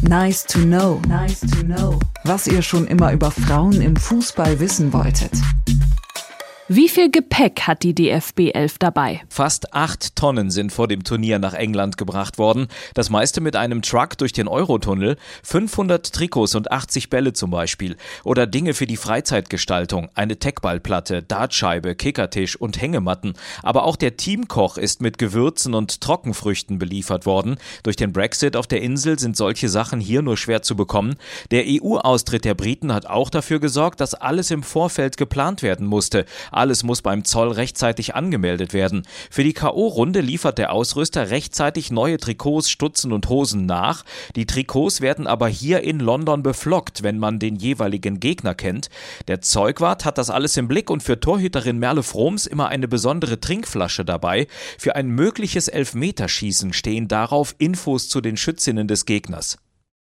Nice to know. Nice to know. Was ihr schon immer über Frauen im Fußball wissen wolltet. Wie viel Gepäck hat die DFB 11 dabei? Fast 8 Tonnen sind vor dem Turnier nach England gebracht worden. Das meiste mit einem Truck durch den Eurotunnel. 500 Trikots und 80 Bälle zum Beispiel. Oder Dinge für die Freizeitgestaltung. Eine Techballplatte, Dartscheibe, Kickertisch und Hängematten. Aber auch der Teamkoch ist mit Gewürzen und Trockenfrüchten beliefert worden. Durch den Brexit auf der Insel sind solche Sachen hier nur schwer zu bekommen. Der EU-Austritt der Briten hat auch dafür gesorgt, dass alles im Vorfeld geplant werden musste. Alles muss beim Zoll rechtzeitig angemeldet werden. Für die K.O.-Runde liefert der Ausrüster rechtzeitig neue Trikots, Stutzen und Hosen nach. Die Trikots werden aber hier in London beflockt, wenn man den jeweiligen Gegner kennt. Der Zeugwart hat das alles im Blick und für Torhüterin Merle Froms immer eine besondere Trinkflasche dabei. Für ein mögliches Elfmeterschießen stehen darauf Infos zu den Schützinnen des Gegners.